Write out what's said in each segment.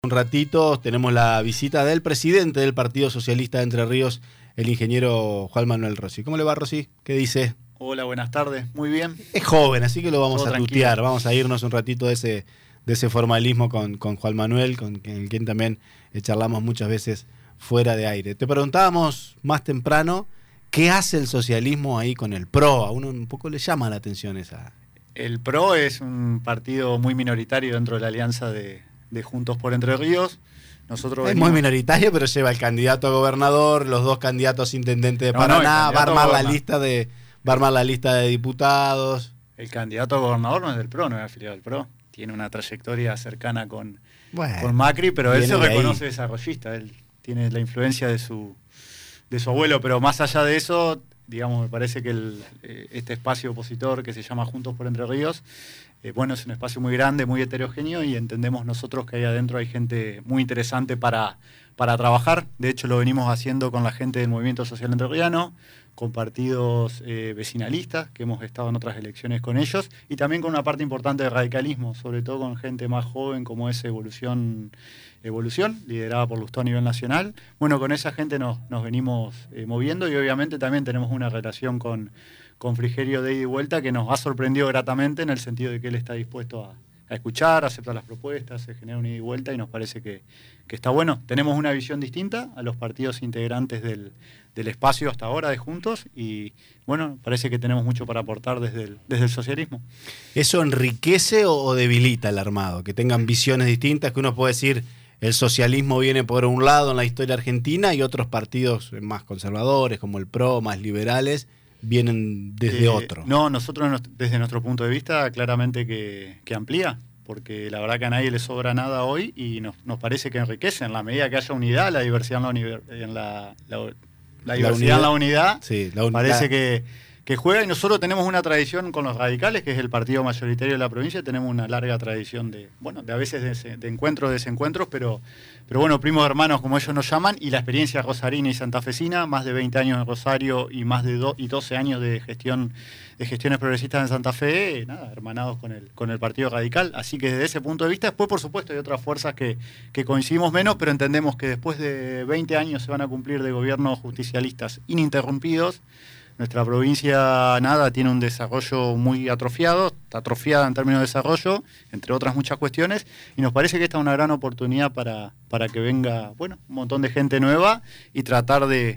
Un ratito tenemos la visita del presidente del Partido Socialista de Entre Ríos, el ingeniero Juan Manuel Rossi. ¿Cómo le va, Rossi? ¿Qué dice? Hola, buenas tardes. Muy bien. Es joven, así que lo vamos Todo a tranquilo. tutear. Vamos a irnos un ratito de ese formalismo con Juan Manuel, con quien también charlamos muchas veces fuera de aire. Te preguntábamos más temprano, ¿qué hace el socialismo ahí con el PRO? A uno un poco le llama la atención esa. El PRO es un partido muy minoritario dentro de la alianza de Juntos por Entre Ríos. Nosotros Es muy minoritario, pero lleva el candidato a gobernador, los dos candidatos a intendente de Paraná, va a armar la lista de diputados. El candidato a gobernador no es del PRO, no es afiliado al PRO. Tiene una trayectoria cercana con Macri, pero él se reconoce desarrollista. Él tiene la influencia de su abuelo, pero más allá de eso, digamos, me parece que este espacio opositor que se llama Juntos por Entre Ríos, es un espacio muy grande, muy heterogéneo, y entendemos nosotros que ahí adentro hay gente muy interesante para trabajar. De hecho, lo venimos haciendo con la gente del Movimiento Social Entrerriano, con partidos vecinalistas, que hemos estado en otras elecciones con ellos, y también con una parte importante de radicalismo, sobre todo con gente más joven como es Evolución, liderada por Lustó a nivel nacional. Bueno, con esa gente nos venimos moviendo, y obviamente también tenemos una relación con Frigerio de ida y vuelta que nos ha sorprendido gratamente, en el sentido de que él está dispuesto a escuchar, a aceptar las propuestas, se genera una ida y vuelta, y nos parece que está bueno. Tenemos una visión distinta a los partidos integrantes del espacio hasta ahora de Juntos, y bueno, parece que tenemos mucho para aportar desde el socialismo. ¿Eso enriquece o debilita el armado? Que tengan visiones distintas, que uno puede decir, el socialismo viene por un lado en la historia argentina y otros partidos más conservadores, como el PRO, más liberales, vienen desde otro. No, nosotros desde nuestro punto de vista claramente que amplía, porque la verdad que a nadie le sobra nada hoy, y nos parece que enriquece en la medida que haya unidad, la diversidad en la diversidad en la unidad, sí, parece que juega. Y nosotros tenemos una tradición con los radicales, que es el partido mayoritario de la provincia. Tenemos una larga tradición de a veces de encuentros, desencuentros, pero bueno, primos hermanos, como ellos nos llaman, y la experiencia rosarina y santafesina, más de 20 años en Rosario y más de 12 años de gestiones progresistas en Santa Fe, hermanados con el Partido Radical. Así que desde ese punto de vista, después por supuesto hay otras fuerzas que coincidimos menos, pero entendemos que después de 20 años se van a cumplir de gobiernos justicialistas ininterrumpidos. Nuestra provincia, tiene un desarrollo muy atrofiado, está atrofiada en términos de desarrollo, entre otras muchas cuestiones, y nos parece que esta es una gran oportunidad para que venga, un montón de gente nueva, y tratar de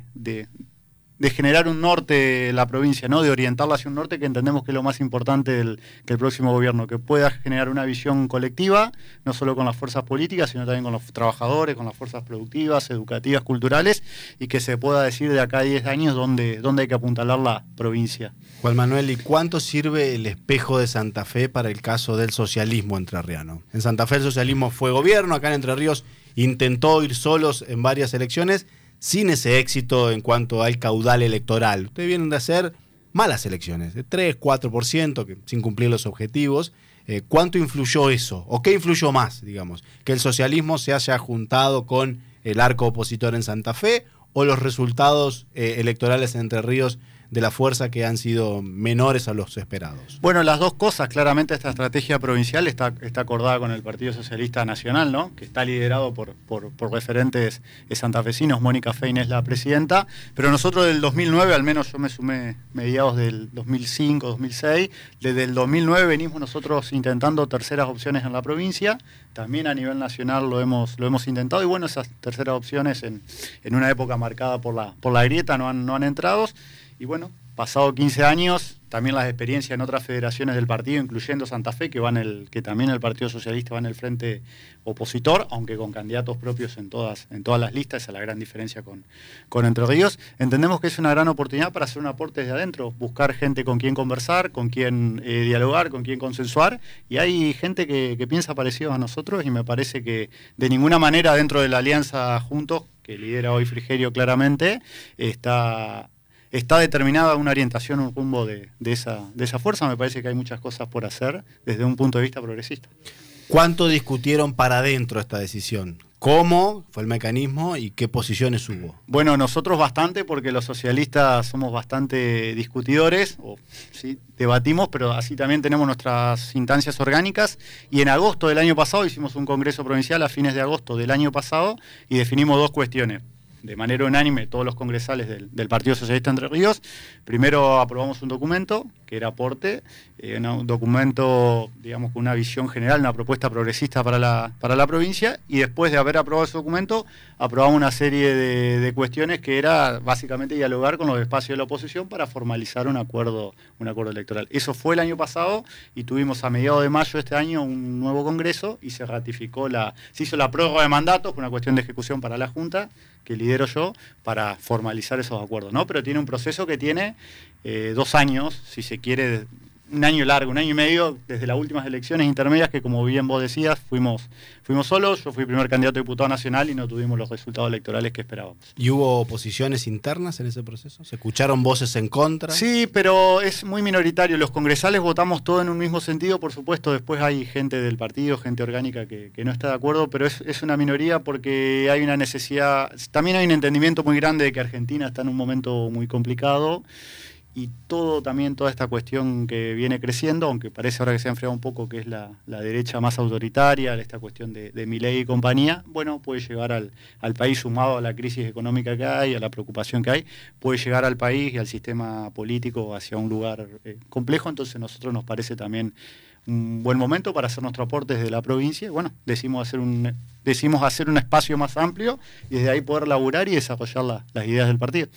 generar un norte en la provincia, ¿no? De orientarla hacia un norte, que entendemos que es lo más importante que el próximo gobierno, que pueda generar una visión colectiva, no solo con las fuerzas políticas, sino también con los trabajadores, con las fuerzas productivas, educativas, culturales, y que se pueda decir de acá a 10 años dónde hay que apuntalar la provincia. Juan Manuel, ¿y cuánto sirve el espejo de Santa Fe para el caso del socialismo entrerriano? En Santa Fe el socialismo fue gobierno, acá en Entre Ríos intentó ir solos en varias elecciones, sin ese éxito en cuanto al caudal electoral. Ustedes vienen de hacer malas elecciones, de 3, 4%, sin cumplir los objetivos. ¿Cuánto influyó eso? ¿O qué influyó más, digamos? ¿Que el socialismo se haya juntado con el arco opositor en Santa Fe, o los resultados electorales en Entre Ríos de la fuerza que han sido menores a los esperados? Bueno, las dos cosas. Claramente esta estrategia provincial está acordada con el Partido Socialista Nacional, ¿no? Que está liderado por referentes santafesinos. Mónica Fein es la presidenta, pero nosotros del 2009, al menos yo me sumé mediados del 2005, 2006, desde el 2009 venimos nosotros intentando terceras opciones en la provincia. También a nivel nacional lo hemos intentado, y esas terceras opciones en una época marcada por la grieta no han entrado. Y pasado 15 años, también las experiencias en otras federaciones del partido, incluyendo Santa Fe, que también el Partido Socialista va en el frente opositor, aunque con candidatos propios en todas las listas. Esa es la gran diferencia con Entre Ríos. Entendemos que es una gran oportunidad para hacer un aporte desde adentro, buscar gente con quien conversar, con quien dialogar, con quien consensuar, y hay gente que piensa parecido a nosotros, y me parece que de ninguna manera dentro de la alianza Juntos, que lidera hoy Frigerio claramente, está determinada una orientación, un rumbo de esa fuerza. Me parece que hay muchas cosas por hacer desde un punto de vista progresista. ¿Cuánto discutieron para adentro esta decisión? ¿Cómo fue el mecanismo y qué posiciones hubo? Bueno, nosotros bastante, porque los socialistas somos bastante discutidores, ¿sí? Debatimos, pero así también tenemos nuestras instancias orgánicas. Y en agosto del año pasado hicimos un congreso provincial a fines de agosto del año pasado y definimos dos cuestiones. De manera unánime, todos los congresales del Partido Socialista Entre Ríos. Primero aprobamos un documento, que era aporte, un documento, digamos, con una visión general, una propuesta progresista para la provincia, y después de haber aprobado ese documento, aprobamos una serie de cuestiones que era básicamente dialogar con los espacios de la oposición para formalizar un acuerdo electoral. Eso fue el año pasado, y tuvimos a mediados de mayo de este año un nuevo congreso, y se ratificó se hizo la prórroga de mandatos, una cuestión de ejecución para la Junta, que lidero yo, para formalizar esos acuerdos, ¿no? Pero tiene un proceso que tiene 2 años, si se quiere, un año largo, 1 año y medio, desde las últimas elecciones intermedias, que como bien vos decías, fuimos solos. Yo fui primer candidato a diputado nacional y no tuvimos los resultados electorales que esperábamos. ¿Y hubo oposiciones internas en ese proceso? ¿Se escucharon voces en contra? Sí, pero es muy minoritario. Los congresales votamos todo en un mismo sentido, por supuesto. Después hay gente del partido, gente orgánica que no está de acuerdo, pero es una minoría porque hay una necesidad. También hay un entendimiento muy grande de que Argentina está en un momento muy complicado. Y toda esta cuestión que viene creciendo, aunque parece ahora que se ha enfriado un poco, que es la derecha más autoritaria, esta cuestión de Milei y compañía, bueno, puede llegar al país, sumado a la crisis económica que hay, a la preocupación que hay, puede llegar al país y al sistema político hacia un lugar complejo. Entonces a nosotros nos parece también un buen momento para hacer nuestro aporte desde la provincia. Bueno, decidimos hacer un espacio más amplio y desde ahí poder laburar y desarrollar las ideas del partido.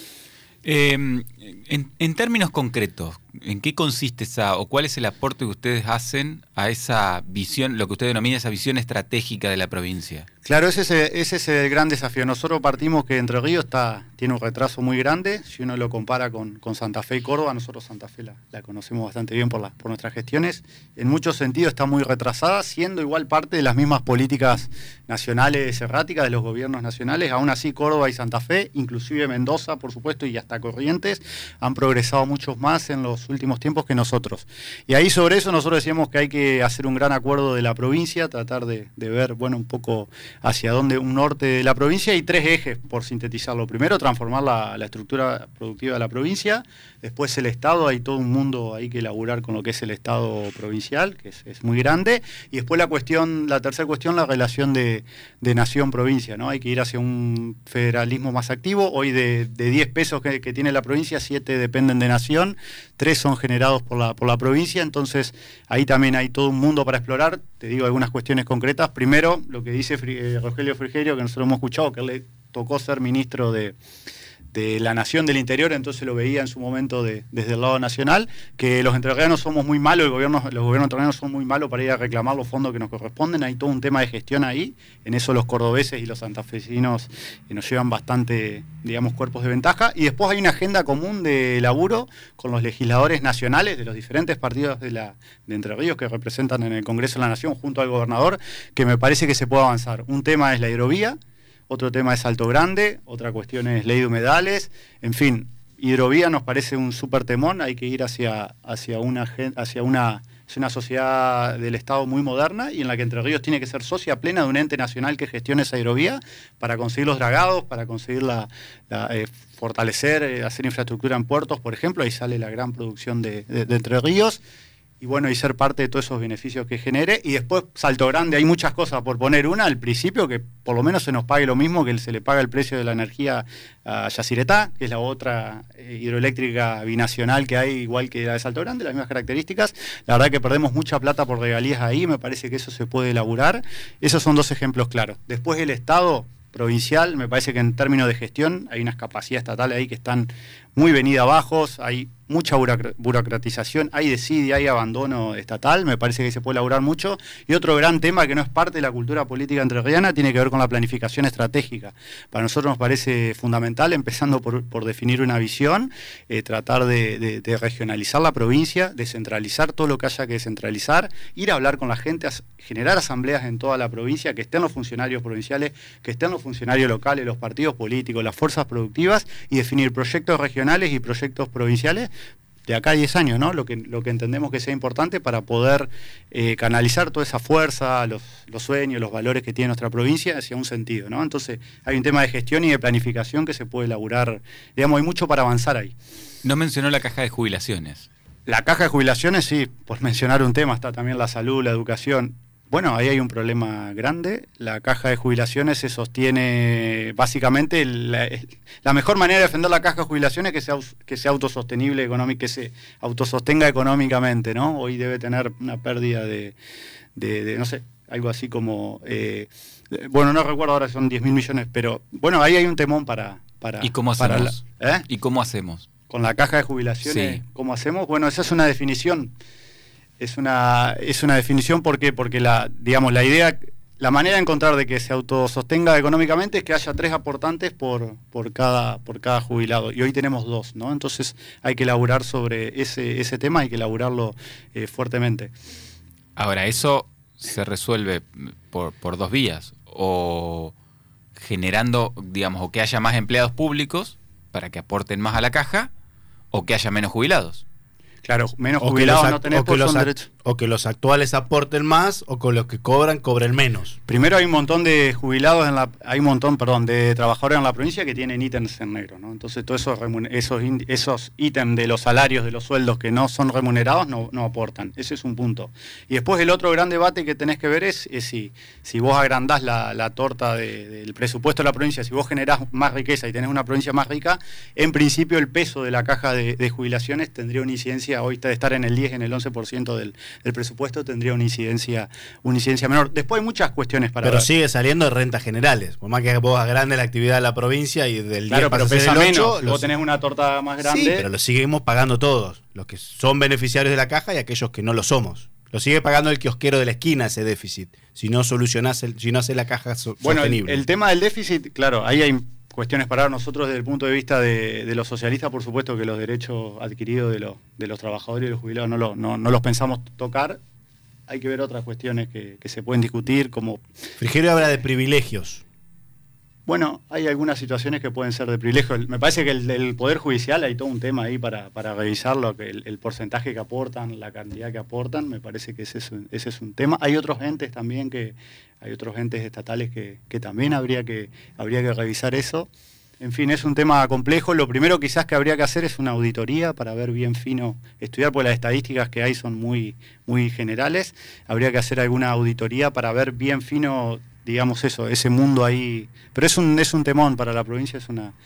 En términos concretos, ¿en qué consiste o cuál es el aporte que ustedes hacen a esa visión, lo que usted denomina esa visión estratégica de la provincia? Claro, ese es el gran desafío. Nosotros partimos que Entre Ríos tiene un retraso muy grande. Si uno lo compara con Santa Fe y Córdoba, nosotros Santa Fe la conocemos bastante bien por nuestras gestiones. En muchos sentidos está muy retrasada, siendo igual parte de las mismas políticas nacionales erráticas de los gobiernos nacionales. Aún así, Córdoba y Santa Fe, inclusive Mendoza, por supuesto, y hasta Corrientes, han progresado mucho más en los últimos tiempos que nosotros. Y ahí sobre eso nosotros decíamos que hay que hacer un gran acuerdo de la provincia, tratar de ver, bueno, un poco hacia dónde, un norte de la provincia, y 3 ejes, por sintetizarlo. Primero, transformar la estructura productiva de la provincia. Después el Estado, hay todo un mundo ahí que elaborar con lo que es el Estado provincial, que es muy grande. Y después la tercera cuestión, la relación de nación-provincia, ¿no? Hay que ir hacia un federalismo más activo. Hoy de 10 pesos que tiene la provincia, 7 dependen de nación, 3 son generados por la provincia. Entonces ahí también hay todo un mundo para explorar. Te digo algunas cuestiones concretas. Primero, lo que dice Rogelio Frigerio, que nosotros hemos escuchado, que él le tocó ser ministro de la Nación del Interior, entonces lo veía en su momento desde el lado nacional, que los entrerrianos somos muy malos, los gobiernos entrerrianos son muy malos para ir a reclamar los fondos que nos corresponden. Hay todo un tema de gestión ahí. En eso los cordobeses y los santafesinos nos llevan bastante, digamos, cuerpos de ventaja. Y después hay una agenda común de laburo con los legisladores nacionales de los diferentes partidos de Entre Ríos que representan en el Congreso de la Nación junto al gobernador, que me parece que se puede avanzar. Un tema es la hidrovía, otro tema es Alto Grande, otra cuestión es ley de humedales. En fin, hidrovía nos parece un súper temón. Hay que ir hacia una sociedad del Estado muy moderna, y en la que Entre Ríos tiene que ser socia plena de un ente nacional que gestione esa hidrovía para conseguir los dragados, para conseguir fortalecer, hacer infraestructura en puertos, por ejemplo. Ahí sale la gran producción de Entre Ríos. Y bueno, y ser parte de todos esos beneficios que genere. Y después, Salto Grande, hay muchas cosas por poner. Una, al principio, que por lo menos se nos pague lo mismo que se le paga el precio de la energía a Yacyretá, que es la otra hidroeléctrica binacional que hay, igual que la de Salto Grande, las mismas características. La verdad que perdemos mucha plata por regalías ahí, me parece que eso se puede elaborar. Esos son 2 ejemplos claros. Después el Estado provincial, me parece que en términos de gestión hay unas capacidades estatales ahí que están muy venida abajo, hay mucha burocratización, hay desidia, hay abandono estatal, me parece que se puede elaborar mucho. Y otro gran tema que no es parte de la cultura política entrerriana tiene que ver con la planificación estratégica. Para nosotros nos parece fundamental, empezando por definir una visión, tratar de regionalizar la provincia, descentralizar todo lo que haya que descentralizar, ir a hablar con la gente, generar asambleas en toda la provincia, que estén los funcionarios provinciales, que estén los funcionarios locales, los partidos políticos, las fuerzas productivas, y definir proyectos regionales y proyectos provinciales de acá a 10 años, ¿no? Lo que entendemos que sea importante para poder canalizar toda esa fuerza, los sueños, los valores que tiene nuestra provincia hacia un sentido, ¿no? Entonces hay un tema de gestión y de planificación que se puede elaborar, digamos, hay mucho para avanzar ahí. No mencionó la caja de jubilaciones. La caja de jubilaciones, sí, por mencionar un tema, está también la salud, la educación. Bueno, ahí hay un problema grande. La caja de jubilaciones se sostiene, básicamente, la mejor manera de defender la caja de jubilaciones es que sea autosostenible económico, que se autosostenga económicamente, ¿no? Hoy debe tener una pérdida de no sé, algo así como, bueno, no recuerdo ahora, son 10.000 millones, pero bueno, ahí hay un temón para ¿Y cómo hacemos? ¿Y cómo hacemos? Con la caja de jubilaciones, sí. ¿Cómo hacemos? Bueno, esa es una definición. Es una definición porque la idea, la manera de encontrar de que se autosostenga económicamente es que haya 3 aportantes por cada jubilado. Y hoy tenemos 2, ¿no? Entonces hay que elaborar sobre ese tema, hay que elaborarlo fuertemente. Ahora, eso se resuelve por 2 vías. O generando, digamos, o que haya más empleados públicos para que aporten más a la caja, o que haya menos jubilados. Claro, menos jubilados no tenés por son derechos. O que los actuales aporten más, o con los que cobren menos. Primero hay un montón de jubilados, de trabajadores en la provincia que tienen ítems en negro, ¿no? Entonces todos esos ítems de los salarios, de los sueldos que no son remunerados, no aportan. Ese es un punto. Y después el otro gran debate que tenés que ver es si vos agrandás la torta del presupuesto de la provincia, si vos generás más riqueza y tenés una provincia más rica, en principio el peso de la caja de jubilaciones tendría una incidencia, hoy está de estar en el 10, en el 11% del presupuesto, tendría una incidencia menor. Después hay muchas cuestiones para Pero ver. sigue saliendo de rentas generales, por más que vos agrandes la actividad de la provincia y del 10 claro, pero pasa pesa el 8, menos, vos tenés una torta más grande. Sí, pero lo seguimos pagando todos, los que son beneficiarios de la caja y aquellos que no lo somos. Lo sigue pagando el kiosquero de la esquina ese déficit, si no haces la caja sostenible. Bueno, el tema del déficit, claro, ahí hay cuestiones para nosotros desde el punto de vista de los socialistas. Por supuesto que los derechos adquiridos de los trabajadores y los jubilados no los pensamos tocar. Hay que ver otras cuestiones que se pueden discutir, como... Frigerio habla de privilegios. Bueno, hay algunas situaciones que pueden ser de privilegio. Me parece que el Poder Judicial hay todo un tema ahí para revisarlo, que el porcentaje que aportan, la cantidad que aportan, me parece que ese es un tema. Hay otros entes también, hay otros entes estatales que también habría que revisar eso. En fin, es un tema complejo. Lo primero quizás que habría que hacer es una auditoría para ver bien fino, estudiar, porque las estadísticas que hay son muy, muy generales. Habría que hacer alguna auditoría para ver bien fino, digamos eso, ese mundo ahí. Pero es un temón para la provincia,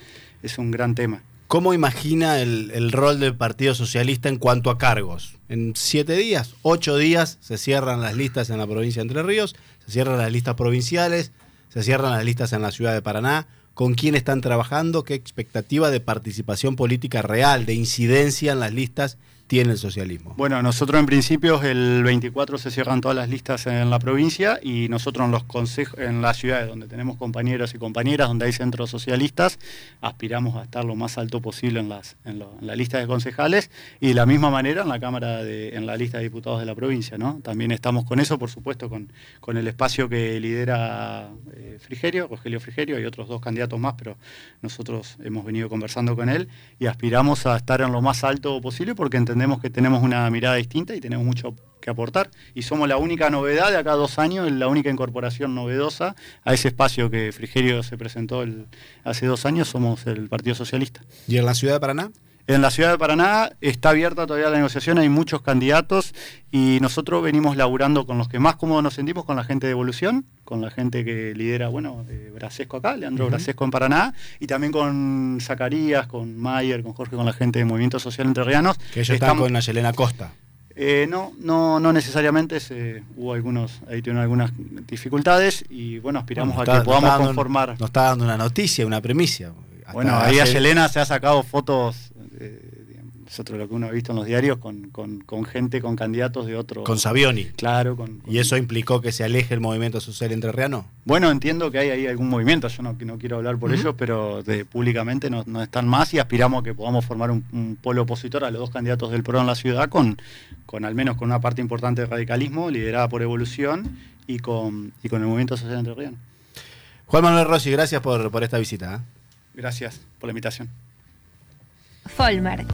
es un gran tema. ¿Cómo imagina el rol del Partido Socialista en cuanto a cargos? En 7 días, 8 días se cierran las listas en la provincia de Entre Ríos, se cierran las listas provinciales, se cierran las listas en la ciudad de Paraná. ¿Con quién están trabajando? ¿Qué expectativa de participación política real, de incidencia en las listas tiene el socialismo? Bueno, nosotros en principio el 24 se cierran todas las listas en la provincia y nosotros en los consejos, en las ciudades donde tenemos compañeros y compañeras, donde hay centros socialistas, aspiramos a estar lo más alto posible en la lista de concejales y de la misma manera en la Cámara, en la lista de diputados de la provincia, ¿no? También estamos con eso, por supuesto, con el espacio que lidera Rogelio Frigerio, y otros 2 candidatos más, pero nosotros hemos venido conversando con él y aspiramos a estar en lo más alto posible porque entendemos que tenemos una mirada distinta y tenemos mucho que aportar y somos la única novedad de acá a 2 años, la única incorporación novedosa a ese espacio que Frigerio se presentó hace 2 años, somos el Partido Socialista. ¿Y en la ciudad de Paraná? En la ciudad de Paraná está abierta todavía la negociación, hay muchos candidatos y nosotros venimos laburando con los que más cómodos nos sentimos, con la gente de Evolución, con la gente que lidera, Brasesco acá, Leandro Brasesco en Paraná, y también con Zacarías, con Mayer, con Jorge, con la gente de Movimiento Social Entrerrianos. Que ellos están con Nayelena Costa. No necesariamente, ahí tienen algunas dificultades y bueno, aspiramos a que podamos conformar. Nos está dando una noticia, una primicia. Bueno, ahí a Yelena se ha sacado fotos, nosotros lo que uno ha visto en los diarios, con gente, con candidatos de otro... Con Savioni. Claro. ¿Y eso implicó que se aleje el movimiento social entrerriano? Bueno, entiendo que hay ahí algún movimiento, yo no quiero hablar por ellos, pero públicamente no están más y aspiramos a que podamos formar un polo opositor a los 2 candidatos del PRO en la ciudad, con al menos con una parte importante de radicalismo, liderada por Evolución y con el movimiento social entrerriano. Juan Manuel Rossi, gracias por esta visita. Gracias por la invitación. Folmer.